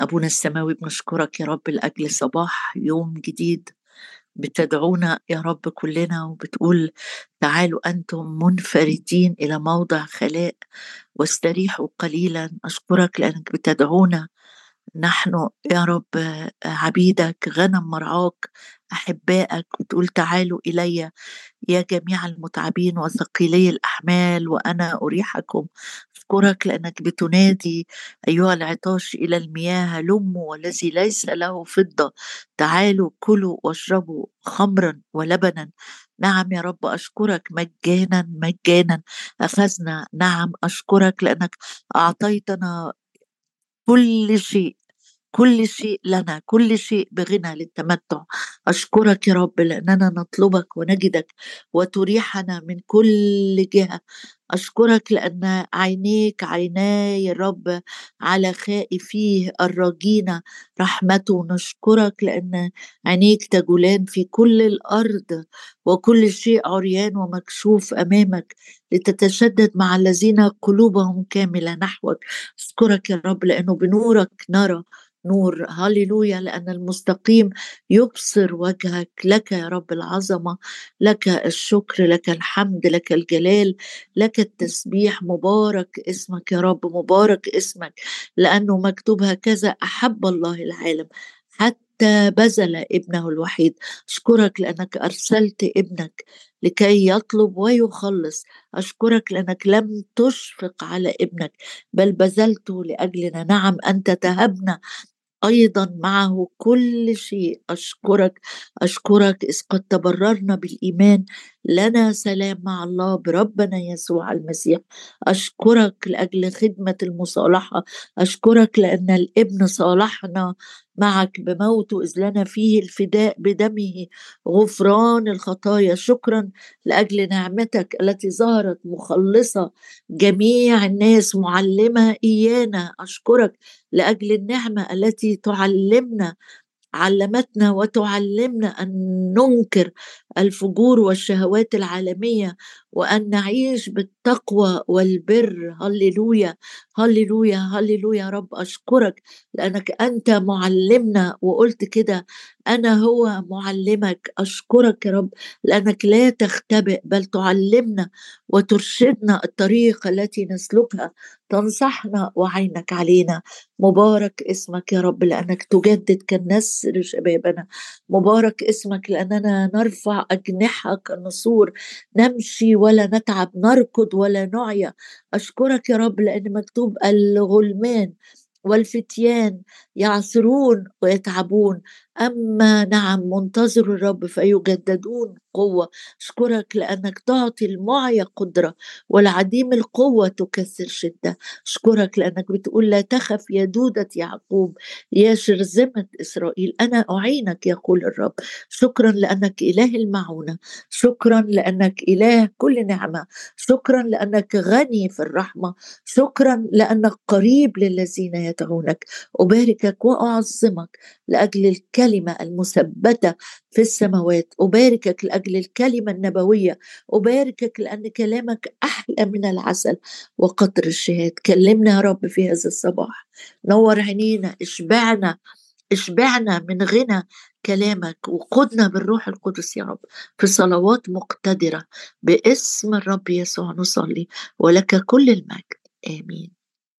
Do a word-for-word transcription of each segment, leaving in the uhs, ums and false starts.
أبونا السماوي، بنشكرك يا رب لأجل صباح يوم جديد. بتدعونا يا رب كلنا وبتقول: تعالوا أنتم منفردين إلى موضع خلاء واستريحوا قليلا. أشكرك لأنك بتدعونا نحن يا رب، عبيدك غنم مرعاك أحبائك، بتقول: تعالوا إلي يا جميع المتعبين وثقيلي الأحمال وأنا أريحكم. أشكرك لأنك بتنادي: أيها العطاش إلى المياه هلموا، والذي ليس له فضة تعالوا كلوا واشربوا خمرا ولبنا. نعم يا رب، أشكرك مجانا مجانا أخذنا. نعم أشكرك لأنك أعطيتنا كل شيء، كل شيء لنا، كل شيء بغنى للتمتع. أشكرك يا رب لأننا نطلبك ونجدك وتريحنا من كل جهة. أشكرك لأن عينيك عيناي يا رب على خائفيه الراجين رحمته. نشكرك لأن عينيك تجولان في كل الأرض وكل شيء عريان ومكشوف أمامك، لتتشدد مع الذين قلوبهم كاملة نحوك. أشكرك يا رب لأنه بنورك نرى نور. هاليلويا، لأن المستقيم يبصر وجهك. لك يا رب العظمة، لك الشكر، لك الحمد، لك الجلال، لك التسبيح. مبارك اسمك يا رب، مبارك اسمك، لأنه مكتوب: هكذا أحب الله العالم حتى بذل ابنه الوحيد. أشكرك لأنك أرسلت ابنك لكي يطلب ويخلص. أشكرك لأنك لم تشفق على ابنك بل بذلته لأجلنا. نعم، أنت تهبنا أيضا معه كل شيء. أشكرك، أشكرك إذ قد تبررنا بالإيمان لنا سلام مع الله بربنا يسوع المسيح. أشكرك لأجل خدمة المصالحة. أشكرك لأن الابن صالحنا معك بموته، إذ لنا فيه الفداء بدمه غفران الخطايا. شكرا لأجل نعمتك التي ظهرت مخلصة جميع الناس، معلمة إيانا. أشكرك لأجل النعمة التي تعلمنا، علمتنا وتعلمنا أن ننكر الفجور والشهوات العالمية وأن نعيش بالتقوى والبر. هللويا، هللويا، هللويا. رب أشكرك لأنك أنت معلمنا، وقلت كده: أنا هو معلمك. أشكرك يا رب لأنك لا تختبئ بل تعلمنا وترشدنا الطريق التي نسلكها، تنصحنا وعينك علينا. مبارك اسمك يا رب لأنك تجدد كالنسر شبابنا. مبارك اسمك لأننا نرفع أجنحة كالنسور، نمشي ولا نتعب، نركض ولا نعيا. أشكرك يا رب لأن مكتوب: الغلمان والفتيان يعثرون ويتعبون، أما نعم منتظر الرب فيجددون قوة. أشكرك لأنك تعطي المعيا قدرة والعديم القوة تكثر شدة. أشكرك لأنك بتقول: لا تخف يا دودة يعقوب، يا شرذمة إسرائيل، أنا أعينك يقول الرب. شكرا لأنك إله المعونة، شكرا لأنك إله كل نعمة، شكرا لأنك غني في الرحمة، شكرا لأنك قريب للذين يدعونك. أباركك وأعظمك لأجل الكلمة المثبتة في السماوات. أباركك لأجل الكلمة النبوية. أباركك لأن كلامك أحلى من العسل وقطر الشهاد. كلمنا يا رب في هذا الصباح، نور عينينا، اشبعنا، اشبعنا من غنى كلامك، وقدنا بالروح القدس يا رب في صلوات مقتدرة باسم الرب يسوع نصلي، ولك كل المجد. آمين.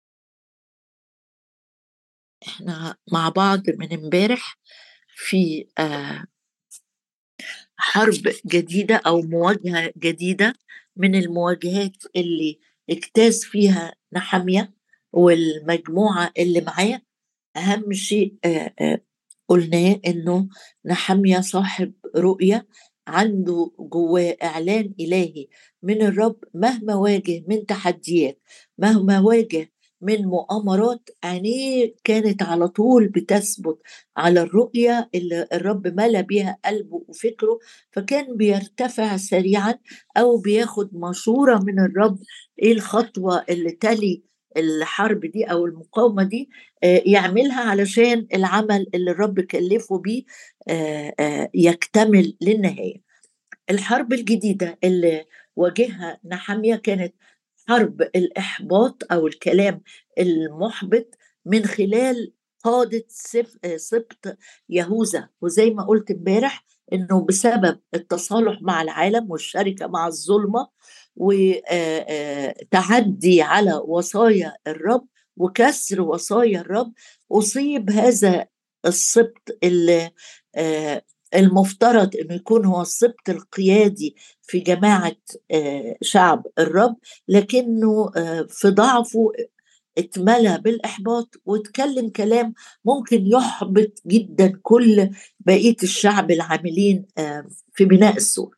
احنا مع بعض من امبارح في آه حرب جديدة أو مواجهة جديدة من المواجهات اللي اجتاز فيها نحمية والمجموعة اللي معاه. أهم شيء آه آه قلناه إنه نحمية صاحب رؤية، عنده جواه إعلان إلهي من الرب. مهما واجه من تحديات، مهما واجه من مؤامرات، عينيه كانت على طول بتثبت على الرؤية اللي الرب ملا بيها قلبه وفكره، فكان بيرتفع سريعا أو بياخد مشورة من الرب إيه الخطوة اللي تلي الحرب دي أو المقاومة دي يعملها علشان العمل اللي الرب كلفه بيه يكتمل للنهاية. الحرب الجديدة اللي واجهها نحمية كانت حرب الإحباط أو الكلام المحبط من خلال قادة سف- آه، سبط يهوذا. وزي ما قلت امبارح انه بسبب التصالح مع العالم والشركة مع الظلمة وتعدي على وصايا الرب وكسر وصايا الرب، أصيب هذا السبط اللي آه، المفترض انه يكون هو السبط القيادي في جماعة آه، شعب الرب، لكنه آه، في ضعفه اتملى بالإحباط واتكلم كلام ممكن يحبط جدا كل بقية الشعب العاملين آه، في بناء السور.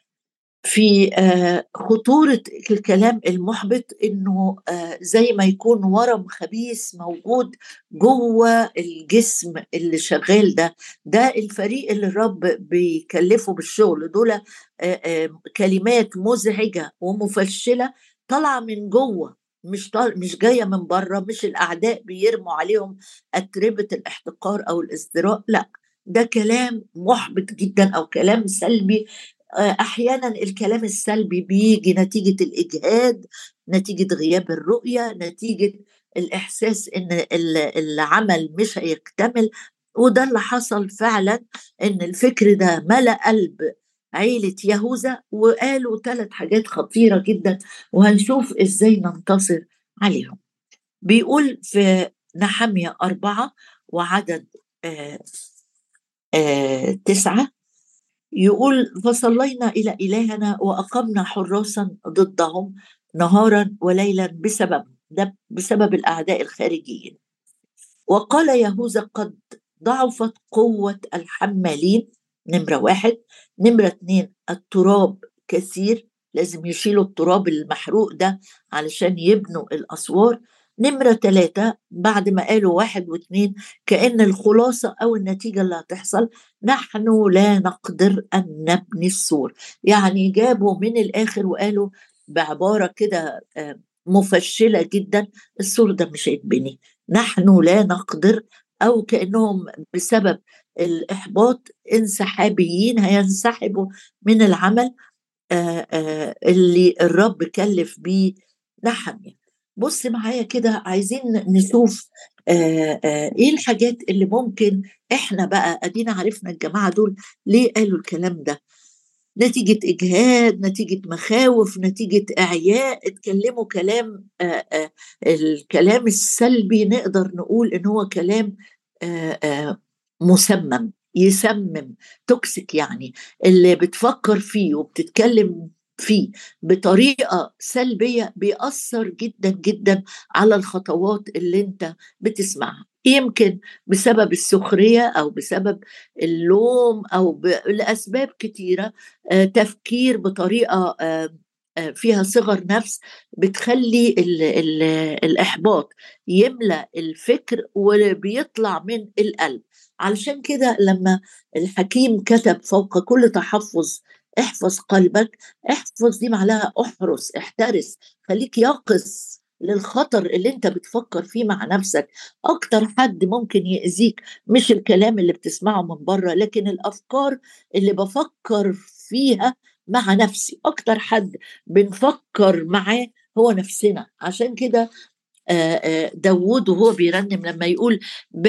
في آه، خطورة الكلام المحبط انه آه، زي ما يكون ورم خبيث موجود جوه الجسم اللي شغال ده. ده الفريق اللي الرب بيكلفه بالشغل دول آه، آه، كلمات مزعجة ومفشلة طالعة من جوه، مش طال... مش جاية من بره، مش الأعداء بيرموا عليهم أتربة الاحتقار أو الازدراء، لا، ده كلام محبط جدا أو كلام سلبي. احيانا الكلام السلبي بيجي نتيجة الاجهاد، نتيجة غياب الرؤية، نتيجة الاحساس ان العمل مش هيكتمل. وده اللي حصل فعلا، ان الفكر ده ملأ قلب عيلة يهوذا، وقالوا ثلاث حاجات خطيرة جدا وهنشوف ازاي ننتصر عليهم. بيقول في نحمية أربعة وعدد آه آه تسعة، يقول فصلينا إلى إلهنا وأقمنا حراسا ضدهم نهارا وليلا بسبب ده، بسبب الأعداء الخارجيين. وقال يهوذا قد ضعفت قوة الحمالين، نمرة واحد. نمرة اتنين التراب كثير، لازم يشيلوا التراب المحروق ده علشان يبنوا الأسوار. نمرة ثلاثة بعد ما قالوا واحد واثنين، كأن الخلاصة أو النتيجة اللي هتحصل نحن لا نقدر أن نبني السور. يعني جابوا من الآخر وقالوا بعبارة كده آه، مفشلة جدا، السور ده مش هيتبني، نحن لا نقدر. أو كأنهم بسبب الإحباط انسحابيين، هينسحبوا من العمل آآ آآ اللي الرب كلف بيه نحمية. بص معايا كده، عايزين نشوف آآ آآ ايه الحاجات اللي ممكن احنا بقى ادينا عرفنا الجماعة دول ليه قالوا الكلام ده، نتيجة إجهاد، نتيجة مخاوف، نتيجة إعياء، اتكلموا كلام آآ آآ الكلام السلبي نقدر نقول إن هو كلام آآ آآ مسمم، يسمم، توكسيك، يعني اللي بتفكر فيه وبتتكلم فيه بطريقة سلبية بيأثر جدا جدا على الخطوات اللي انت بتسمعها، يمكن بسبب السخرية أو بسبب اللوم أو لأسباب كتيرة. آه، تفكير بطريقة آه، آه، فيها صغر نفس بتخلي ال ال الإحباط يملأ الفكر وبيطلع من القلب. علشان كده لما الحكيم كتب فوق كل تحفظ احفظ قلبك، احفظ دي معناها احرس، احترس، خليك يقظ للخطر اللي انت بتفكر فيه مع نفسك. اكتر حد ممكن يأذيك مش الكلام اللي بتسمعه من بره، لكن الافكار اللي بفكر فيها مع نفسي. اكتر حد بنفكر معاه هو نفسنا. عشان كده آه، آه، داود وهو بيرنم لما يقول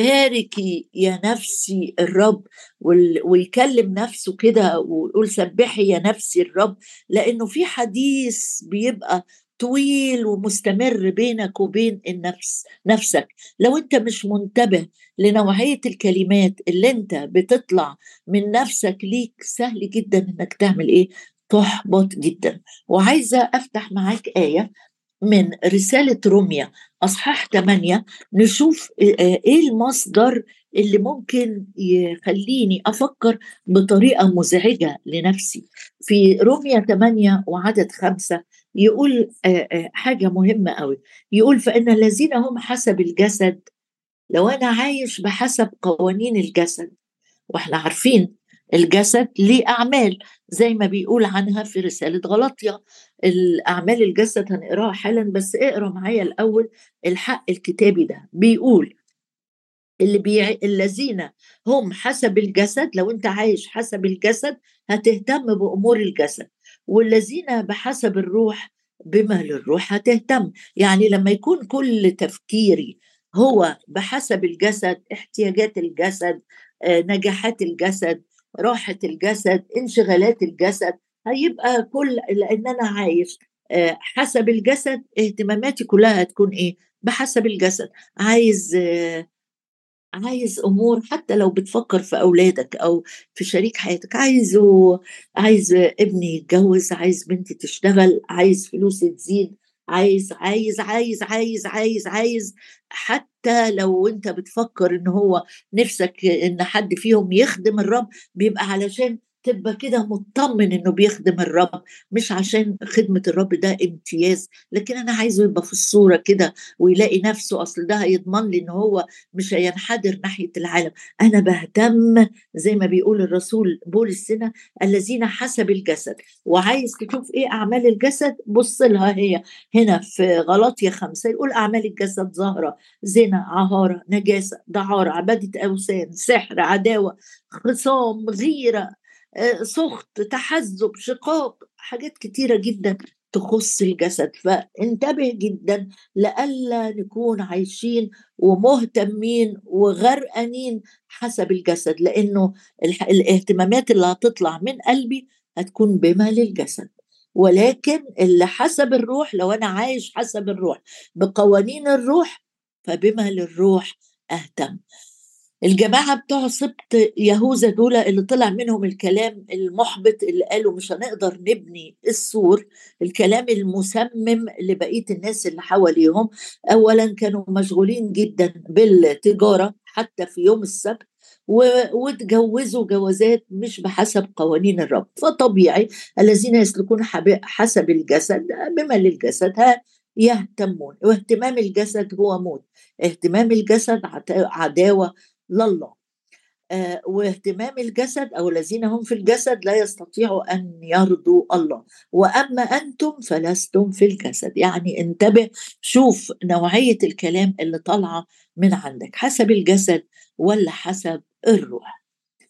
باركي يا نفسي الرب، وال- ويكلم نفسه كده ويقول سبحي يا نفسي الرب، لأنه في حديث بيبقى طويل ومستمر بينك وبين النفس نفسك. لو انت مش منتبه لنوعية الكلمات اللي انت بتطلع من نفسك ليك، سهل جدا انك تعمل ايه؟ تحبط جدا. وعايزة افتح معاك آية من رسالة روميا أصحاح ثمانية، نشوف إيه المصدر اللي ممكن يخليني أفكر بطريقة مزعجة لنفسي. في روميا ثمانية وعدد خمسة يقول حاجة مهمة قوي، يقول فإن الذين هم حسب الجسد، لو أنا عايش بحسب قوانين الجسد، واحنا عارفين الجسد ليه أعمال زي ما بيقول عنها في رسالة غلطية. الأعمال الجسد هنقراها حالا، بس اقرا معايا الأول الحق الكتابي ده. بيقول اللي بيع... الذين هم حسب الجسد، لو انت عايش حسب الجسد هتهتم بأمور الجسد، والذين بحسب الروح بما للروح هتهتم. يعني لما يكون كل تفكيري هو بحسب الجسد، احتياجات الجسد، آه، نجاحات الجسد، راحة الجسد، انشغالات الجسد، هيبقى كل لأن أنا عايش آه، حسب الجسد، اهتماماتي كلها هتكون إيه؟ بحسب الجسد. عايز آه، عايز امور، حتى لو بتفكر في اولادك او في شريك حياتك، عايزه عايز ابني يتجوز، عايز بنتي تشتغل، عايز فلوس تزيد، عايز عايز عايز عايز عايز عايز حتى لو انت بتفكر ان هو نفسك ان حد فيهم يخدم الرب، بيبقى علشان تبقى كده مطمن انه بيخدم الرب، مش عشان خدمة الرب ده امتياز، لكن انا عايزه يبقى في الصورة كده ويلاقي نفسه، اصل ده هيضمن لي ان هو مش هينحدر ناحية العالم. أنا بهتم زي ما بيقول الرسول بولس لنا الذين حسب الجسد. وعايز تشوف إيه أعمال الجسد؟ بص لها هي هنا في غلاطية خمسة، يقول أعمال الجسد ظاهرة: زنا، عهارة، نجاسة، دعارة، عبادة أوثان، سحر، عداوة، خصام، غيرة، آه، سخط، تحزب، شقاق، حاجات كتيرة جدا تخص الجسد. فانتبه جدا لألا نكون عايشين ومهتمين وغرقانين حسب الجسد، لأنه الح- الاهتمامات اللي هتطلع من قلبي هتكون بما للجسد. ولكن اللي حسب الروح، لو أنا عايش حسب الروح بقوانين الروح، فبما للروح أهتم. الجماعة بتوع سبط يهوذا دول اللي طلع منهم الكلام المحبط، اللي قالوا مش هنقدر نبني السور، الكلام المسمم لبقية الناس اللي حواليهم. أولا كانوا مشغولين جدا بالتجارة حتى في يوم السبت، و- وتجوزوا جوازات مش بحسب قوانين الرب. فطبيعي الذين يسلكون حب- حسب الجسد بما للجسد ها يهتمون، واهتمام الجسد هو موت، اهتمام الجسد عت- عداوة لله. آه، واهتمام الجسد أو الذين هم في الجسد لا يستطيعوا أن يرضوا الله. وأما أنتم فلستم في الجسد. يعني انتبه، شوف نوعية الكلام اللي طالعة من عندك، حسب الجسد ولا حسب الروح.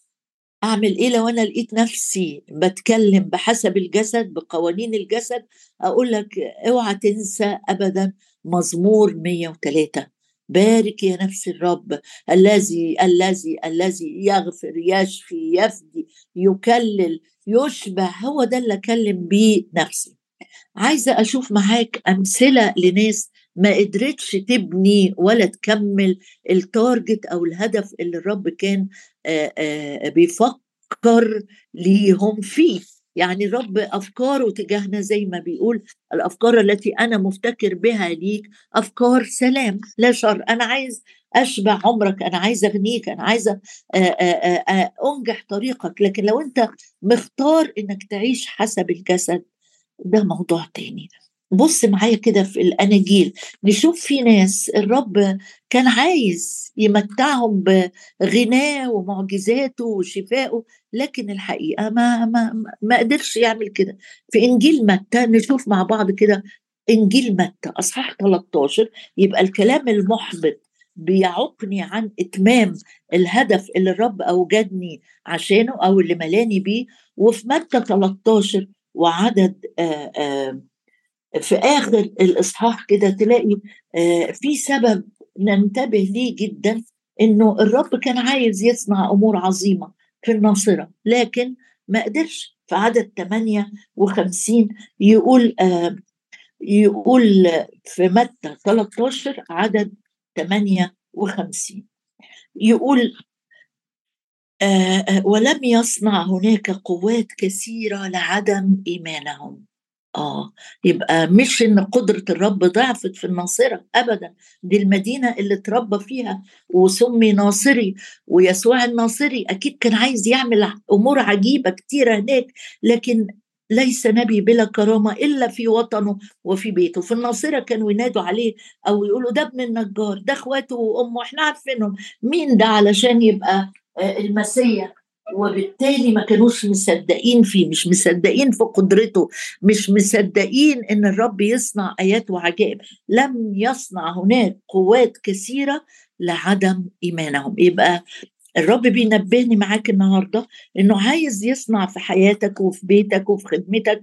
أعمل إيه لو أنا لقيت نفسي بتكلم بحسب الجسد بقوانين الجسد؟ أقول لك اوعى تنسى أبدا مزمور مية وثلاثة: بارك يا نفس الرب، الذي الذي الذي يغفر، يشفي، يفدي، يكلل، يشبع. هو ده اللي أكلم بيه نفسي. عايزة أشوف معاك أمثلة لناس ما قدرتش تبني ولا تكمل التارجت أو الهدف اللي الرب كان آه، آه، بيفكر ليهم فيه. يعني الرب أفكاره تجاهنا زي ما بيقول: الأفكار التي أنا مفتكر بها ليك أفكار سلام لا شر. أنا عايز أشبع عمرك، أنا عايز أغنيك، أنا عايزة آه، آه، آه، أنجح طريقك. لكن لو أنت مختار إنك تعيش حسب الجسد، ده موضوع تاني. بص معايا كده في الأناجيل، نشوف في ناس الرب كان عايز يمتعهم بغناه ومعجزاته وشفائه، لكن الحقيقة ما, ما, ما قدرش يعمل كده. في إنجيل متى نشوف مع بعض كده، إنجيل متى أصحاح ثلاثة عشر، يبقى الكلام المحبط بيعوقني عن إتمام الهدف اللي الرب أوجدني عشانه أو اللي ملاني بيه. وفي متى ثلاثة عشر وعدد آآ آآ في آخر الإصحاح كده تلاقي آآ في سبب ننتبه ليه جدًا، إنه الرب كان عايز يصنع أمور عظيمة في الناصرة، لكن ما قدرش. في عدد ثمانية وخمسين يقول آآ يقول في متى ثلاثة عشر عدد ثمانية وخمسين، يقول آآ ولم يصنع هناك قوات كثيرة لعدم إيمانهم. آه، يبقى مش إن قدرة الرب ضعفت في الناصرة أبدا، دي المدينة اللي اتربى فيها وسمي ناصري، ويسوع الناصري أكيد كان عايز يعمل أمور عجيبة كتيرة هناك، لكن ليس نبي بلا كرامة إلا في وطنه وفي بيته. في الناصرة كانوا ينادوا عليه أو يقولوا ده ابن النجار، ده اخواته وأمه، احنا عارفينهم مين ده علشان يبقى آه، المسيح. وبالتالي ما كانوش مصدقين فيه، مش مصدقين في قدرته، مش مصدقين ان الرب يصنع ايات وعجائب. لم يصنع هناك قوات كثيره لعدم ايمانهم. يبقى الرب بينبهني معاك النهارده انه عايز يصنع في حياتك وفي بيتك وفي خدمتك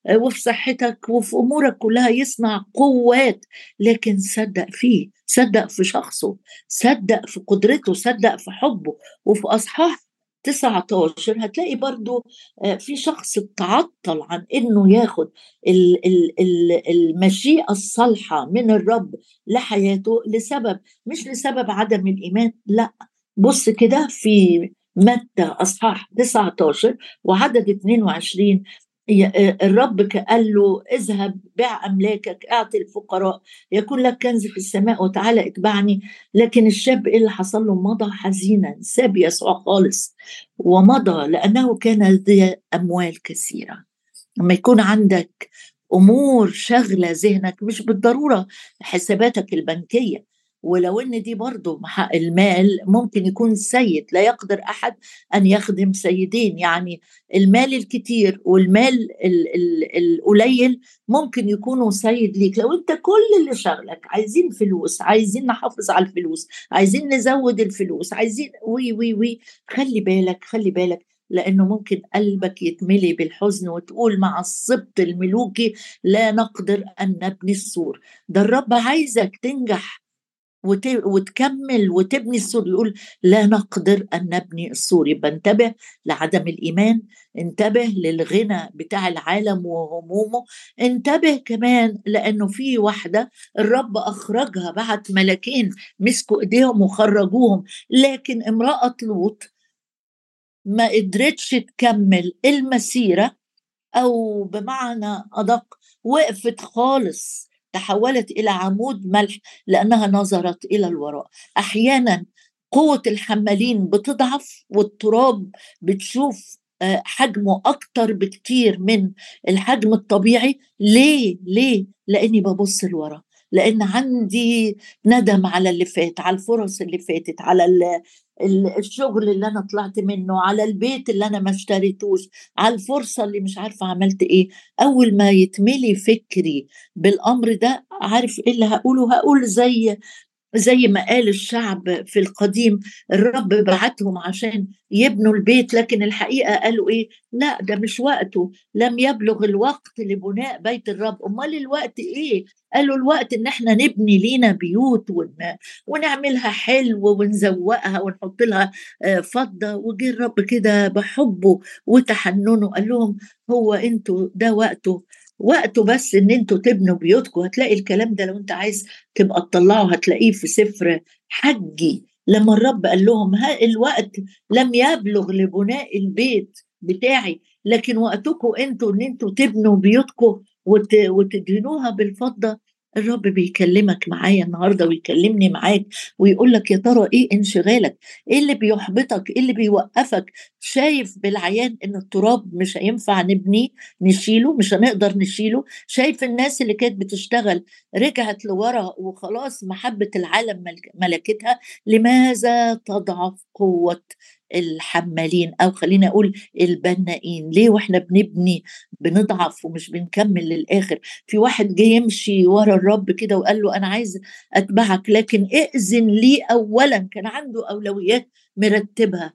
آه، وفي صحتك وفي أمورك كلها، يصنع قوات. لكن صدق فيه، صدق في شخصه، صدق في قدرته، صدق في حبه. وفي أصحاح تسعة عشر هتلاقي برضو آه، في شخص تعطل عن إنه ياخد ال- ال- ال- المشيئة الصالحة من الرب لحياته، لسبب مش لسبب عدم الإيمان، لا. بص كده في متى أصحاح تسعة عشر وعدد اثنين وعشرين، ي- الرب قال له اذهب بيع أملاكك اعطي الفقراء يكون لك كنز في السماء وتعالى اتبعني. لكن الشاب ايه اللي حصل له؟ مضى حزينا، ساب يسوع خالص ومضى، لأنه كان ذي أموال كثيرة. لما يكون عندك امور شغله ذهنك، مش بالضروره حساباتك البنكيه، ولو ان دي برضو مح- المال ممكن يكون سيد، لا يقدر احد ان يخدم سيدين. يعني المال الكتير والمال ال- ال- القليل ممكن يكونوا سيد ليك. لو انت كل اللي شغلك عايزين فلوس، عايزين نحافظ على الفلوس، عايزين نزود الفلوس، عايزين وي وي وي خلي بالك، خلي بالك، لأنه ممكن قلبك يتملي بالحزن وتقول مع السبط الملوكي لا نقدر أن نبني السور. ده الرب عايزك تنجح وت... وتكمل وتبني السور، يقول لا نقدر أن نبني السور. يبقى انتبه لعدم الإيمان، انتبه للغنى بتاع العالم وهمومه، انتبه كمان لأنه في واحدة الرب أخرجها، بعت ملاكين مسكوا إيديهم وخرجوهم، لكن امرأة لوط ما قدرتش تكمل المسيرة، أو بمعنى أدق وقفت خالص، تحولت إلى عمود ملح لأنها نظرت إلى الوراء. أحيانا قوة الحمالين بتضعف، والتراب بتشوف آه، حجمه أكتر بكتير من الحجم الطبيعي. ليه؟ ليه؟ لأني ببص لورا، لأن عندي ندم على اللي فات، على الفرص اللي فاتت، على ال- ال- الشغل اللي أنا طلعت منه، على البيت اللي أنا ما اشتريتوش، على الفرصة اللي مش عارفة عملت ايه. اول ما يتملي فكري بالامر ده، عارف ايه اللي هقوله؟ هقول زي زي ما قال الشعب في القديم، الرب بعتهم عشان يبنوا البيت، لكن الحقيقة قالوا ايه؟ لا ده مش وقته، لم يبلغ الوقت لبناء بيت الرب. امال الوقت ايه؟ قالوا الوقت ان احنا نبني لينا بيوت ون... ونعملها حلو ونزوقها ونحط لها آه، فضة. وجي الرب كده بحبه وتحننه قال لهم هو انتوا ده وقته؟ وقته بس ان انتوا تبنوا بيوتكم. هتلاقي الكلام ده لو انت عايز تبقى تطلعه هتلاقيه في سفر حجي، لما الرب قال لهم ها الوقت لم يبلغ لبناء البيت بتاعي، لكن وقتكم انتوا ان انتوا تبنوا بيوتكم وت... وتدهنوها بالفضة. الرب بيكلمك معايا النهارده ويكلمني معاك ويقول لك يا ترى ايه انشغالك؟ ايه اللي بيحبطك؟ ايه اللي بيوقفك؟ شايف بالعيان ان التراب مش هينفع نبنيه، نشيله، مش هنقدر نشيله. شايف الناس اللي كانت بتشتغل رجعت لورا وخلاص محبة العالم ملك- ملكتها. لماذا تضعف قوة الحمالين، أو خلينا أقول البنائين؟ ليه وإحنا بنبني بنضعف ومش بنكمل للآخر؟ في واحد جاي يمشي ورا الرب كده وقال له أنا عايز أتبعك، لكن ائذن لي أولا. كان عنده أولويات مرتبها.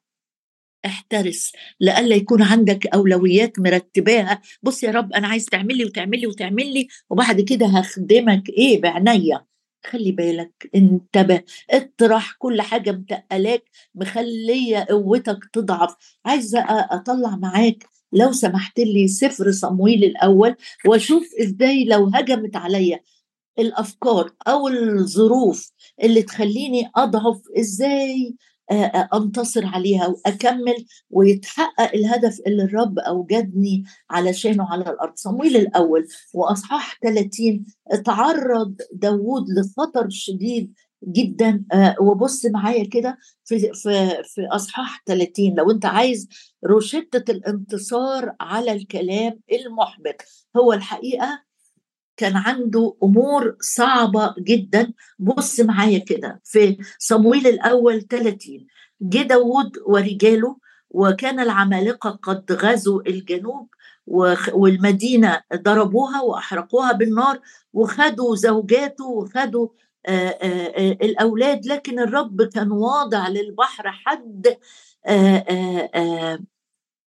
احترس لألا يكون عندك أولويات مرتباها. بص يا رب أنا عايز تعملي وتعملي وتعملي وبعد كده هخدمك إيه بعناية. خلي بالك، انتبه، اطرح كل حاجة متقلاك مخلية قوتك تضعف. عايزة أ- أطلع معاك لو سمحت لي سفر صمويل الأول، وأشوف إزاي لو هجمت عليا الافكار او الظروف اللي تخليني اضعف، ازاي آه، آه، انتصر عليها واكمل ويتحقق الهدف اللي الرب اوجدني علشانه على الارض. صمويل الاول واصحاح ثلاثين، تعرض داوود لخطر شديد جدا. آه، وبص معايا كده في في في اصحاح ثلاثين لو انت عايز روشتة الانتصار على الكلام المحبط. هو الحقيقة كان عنده أمور صعبة جدا. بص معايا كده في صمويل الأول ثلاثين، جه داود ورجاله وكان العمالقة قد غزوا الجنوب، وخ- والمدينة ضربوها وأحرقوها بالنار وخدوا زوجاته وخدوا آه، آه، آه، الأولاد. لكن الرب كان واضع للبحر حد آه، آه، آه،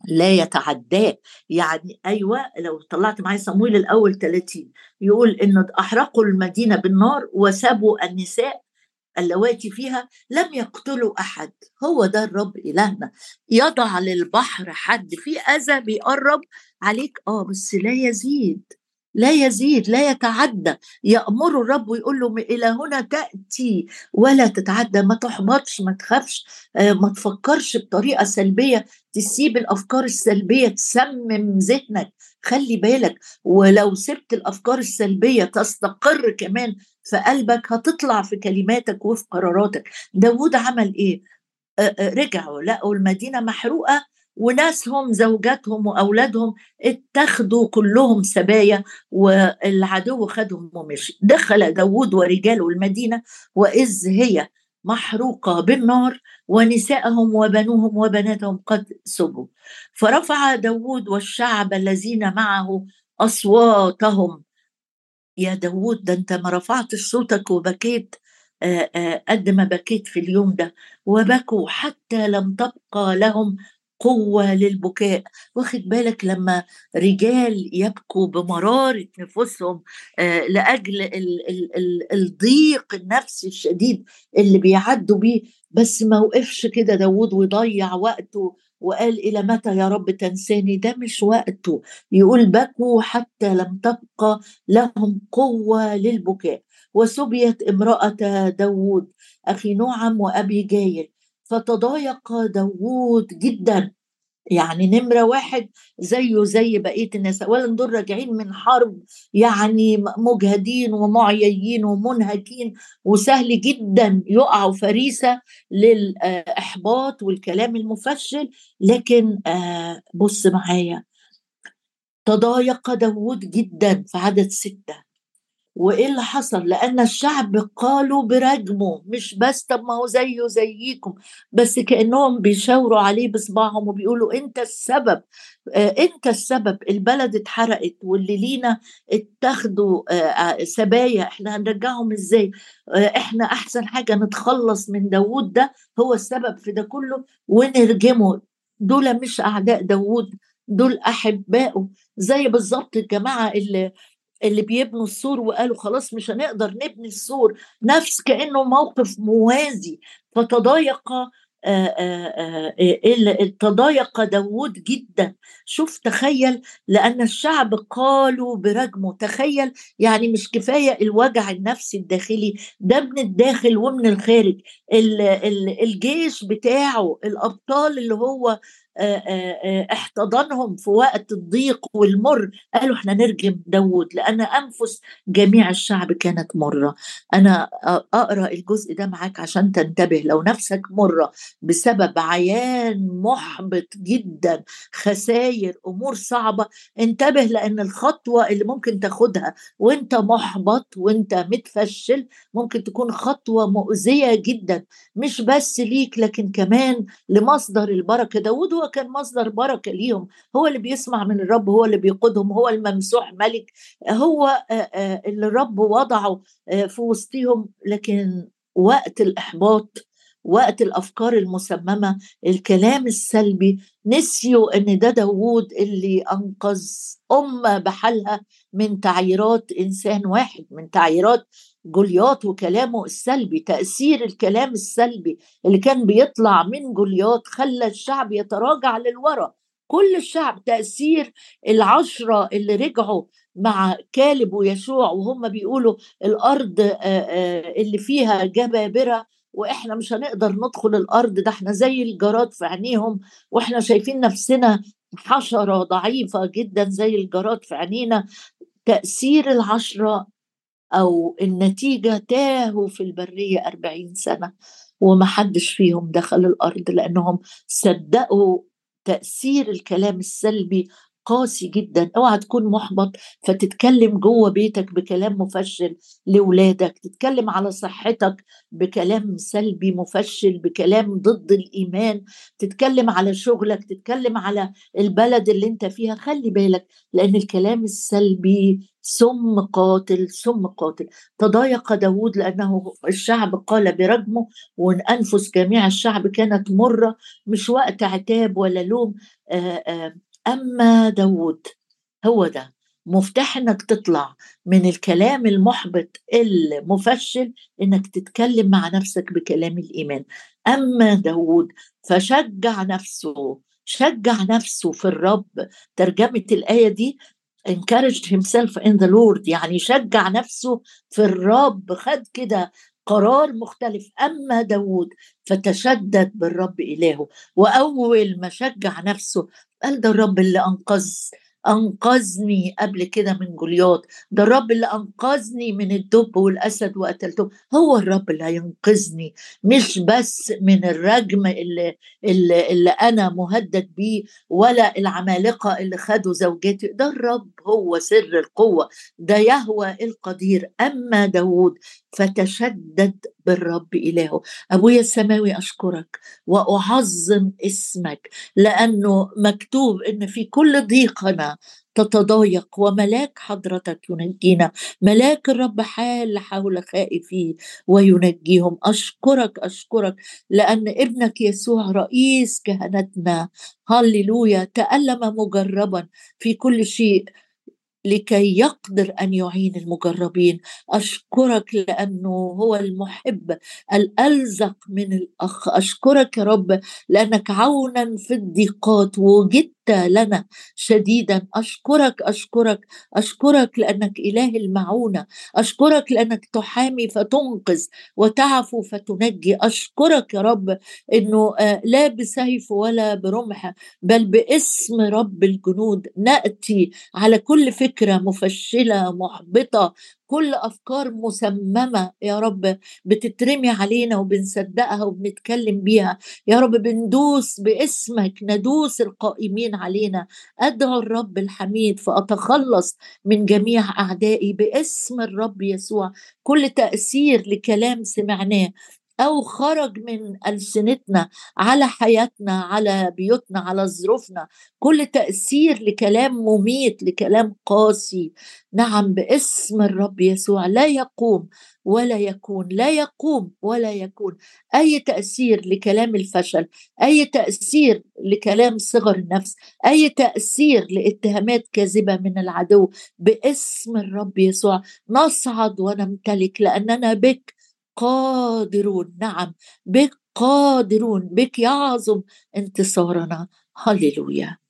لا يتعداه. يعني أيوة، لو طلعت معايا صمويل الأول ثلاثين يقول إنه أحرقوا المدينة بالنار وسابوا النساء اللواتي فيها لم يقتلوا أحد. هو ده الرب إلهنا، يضع للبحر حد في أذى بيقرب عليك آه بس لا يزيد، لا يزيد، لا يتعدى. يأمر الرب ويقول له إلى هنا تأتي ولا تتعدى. ما تحبطش، ما تخافش، آه، ما تفكرش بطريقة سلبية، تسيب الأفكار السلبية تسمم ذهنك. خلي بالك، ولو سبت الأفكار السلبية تستقر كمان في قلبك هتطلع في كلماتك وفي قراراتك. داود عمل ايه؟ آه، آه، رجعوا لقوا المدينة محروقة، وناسهم زوجاتهم وأولادهم اتخذوا كلهم سبايا، والعدو خدهم ومشي. دخل داود ورجاله المدينة وإذ هي محروقة بالنار، ونساءهم وبنوهم وبناتهم قد سبوا. فرفع داود والشعب الذين معه أصواتهم. يا داود، ده انت ما رفعتش صوتك وبكيت آه، آه، قد ما بكيت في اليوم ده. وبكوا حتى لم تبقى لهم قوة للبكاء. واخد بالك لما رجال يبكوا بمرارة نفوسهم آه، لأجل ال ال ال الضيق النفسي الشديد اللي بيعدوا بيه، بس ما وقفش كده داود ويضيع وقته وقال إلى متى يا رب تنساني؟ ده مش وقته. يقول بكوا حتى لم تبقى لهم قوة للبكاء. وسبيت امرأة داود أخي نعم وأبي جايل، فتضايق داود جدا. يعني نمرة واحد زيه زي بقية الناس، أولا دول راجعين من حرب، يعني مجهدين ومعيين ومنهكين، وسهل جدا يقعوا فريسة للإحباط والكلام المفشل. لكن آه بص معايا، تضايق داود جدا في عدد ستة. وايه اللي حصل؟ لان الشعب قالوا برجمه. مش بس طب ما هو زيه زيكم، بس كانهم بيشاوروا عليه بصباعهم وبيقولوا انت السبب، آه انت السبب. البلد اتحرقت واللي لينا اتاخدوا آه آه، سبايا، احنا هنرجعهم ازاي؟ آه احنا احسن حاجه نتخلص من داوود ده، هو السبب في ده كله ونرجمه. دول مش اعداء داوود، دول احبائه. زي بالظبط الجماعه اللي اللي بيبنوا السور وقالوا خلاص مش هنقدر نبني السور، نفس كأنه موقف موازي. فتضايق آه، آه، آه، ال- تضايق داود جدا. شوف تخيل، لأن الشعب قالوا برجمه. تخيل، يعني مش كفاية الوجع النفسي الداخلي ده من الداخل ومن الخارج. ال- ال- الجيش بتاعه الأبطال اللي هو آه، آه، آه، احتضنهم في وقت الضيق والمر، قالوا احنا نرجم داود لأن أنفس جميع الشعب كانت مرة. أنا أقرأ الجزء ده معاك عشان تنتبه. لو نفسك مرة بسبب عيان محبط جدا، خساير، أمور صعبة، انتبه، لأن الخطوة اللي ممكن تاخدها وانت محبط وانت متفشل ممكن تكون خطوة مؤذية جدا، مش بس ليك لكن كمان لمصدر البركة. داود هو كان مصدر بركة ليهم، هو اللي بيسمع من الرب، هو اللي بيقودهم، هو الممسوح ملك، هو آه، آه، اللي الرب وضعه آه، في وسطهم. لكن وقت الإحباط، وقت الأفكار المسممة، الكلام السلبي، نسيوا أن ده داوود اللي أنقذ أمة بحالها من تعييرات إنسان واحد، من تعييرات جولياط وكلامه السلبي. تأثير الكلام السلبي اللي كان بيطلع من جولياط خلى الشعب يتراجع للوراء. كل الشعب. تأثير العشرة اللي رجعوا مع كالب ويشوع وهم بيقولوا الأرض آه، آه، اللي فيها جبابرة وإحنا مش هنقدر ندخل الأرض، ده إحنا زي الجراد في عينيهم، وإحنا شايفين نفسنا حشرة ضعيفة جدا زي الجراد في عينينا. تأثير العشرة أو النتيجة، تاهوا في البرية أربعين سنة ومحدش فيهم دخل الأرض لأنهم صدقوا. تأثير الكلام السلبي قاسي جدا. اوعى تكون محبط فتتكلم جوه بيتك بكلام مفشل لولادك، تتكلم على صحتك بكلام سلبي مفشل، بكلام ضد الإيمان، تتكلم على شغلك، تتكلم على البلد اللي انت فيها. خلي بالك، لأن الكلام السلبي سم قاتل سم قاتل. تضايق داود لأنه الشعب قال برجمه، وأنفس جميع الشعب كانت مرة، مش وقت عتاب ولا لوم. آآ آآ أما داود، هو ده مفتاح إنك تطلع من الكلام المحبط المفشل، إنك تتكلم مع نفسك بكلام الإيمان. أما داود فشجع نفسه، شجع نفسه في الرب. ترجمة الآية دي encouraged himself in the Lord، يعني شجع نفسه في الرب، خد كده قرار مختلف. أما داود فتشدد بالرب إلهه، وأول ما شجع نفسه قال ده الرب اللي أنقذ أنقذني قبل كده من جولياط، ده الرب اللي أنقذني من الدب والأسد وقتلته، هو الرب اللي هينقذني، مش بس من الرجم اللي, اللي, اللي أنا مهدد بيه، ولا العمالقة اللي خدوا زوجتي. ده الرب هو سر القوة، ده يهوى القدير. أما داود فتشدد بالرب إلهه. أبويا السماوي أشكرك وأعظم اسمك، لأنه مكتوب إن في كل ضيقنا تتضايق وملاك حضرتك ينجينا. ملاك الرب حال حول خائفيه وينجيهم. أشكرك أشكرك لأن ابنك يسوع رئيس كهنتنا، هللويا، تألم مجربا في كل شيء لكي يقدر أن يعين المجربين. أشكرك لأنه هو المحب الألزق من الأخ. أشكرك يا رب لأنك عونا في الضيقات وجدت لنا شديدا. أشكرك أشكرك أشكرك لأنك إله المعونة. أشكرك لأنك تحامي فتنقذ وتعفو فتنجي. أشكرك يا رب إنه لا بسيف ولا برمح، بل باسم رب الجنود نأتي على كل فكرة مفشلة محبطة، كل أفكار مسممة يا رب بتترمي علينا وبنصدقها وبنتكلم بيها. يا رب بندوس باسمك، ندوس القائمين علينا. أدعو الرب الحميد فأتخلص من جميع أعدائي باسم الرب يسوع. كل تأثير لكلام سمعناه أو خرج من ألسنتنا على حياتنا، على بيوتنا، على ظروفنا، كل تأثير لكلام مميت، لكلام قاسي، نعم باسم الرب يسوع لا يقوم ولا يكون، لا يقوم ولا يكون. أي تأثير لكلام الفشل، أي تأثير لكلام صغر النفس، أي تأثير لاتهامات كاذبة من العدو، باسم الرب يسوع نصعد ونمتلك، لأننا بك قادرون. نعم بك قادرون، بك يعظم انتصارنا. هللويا.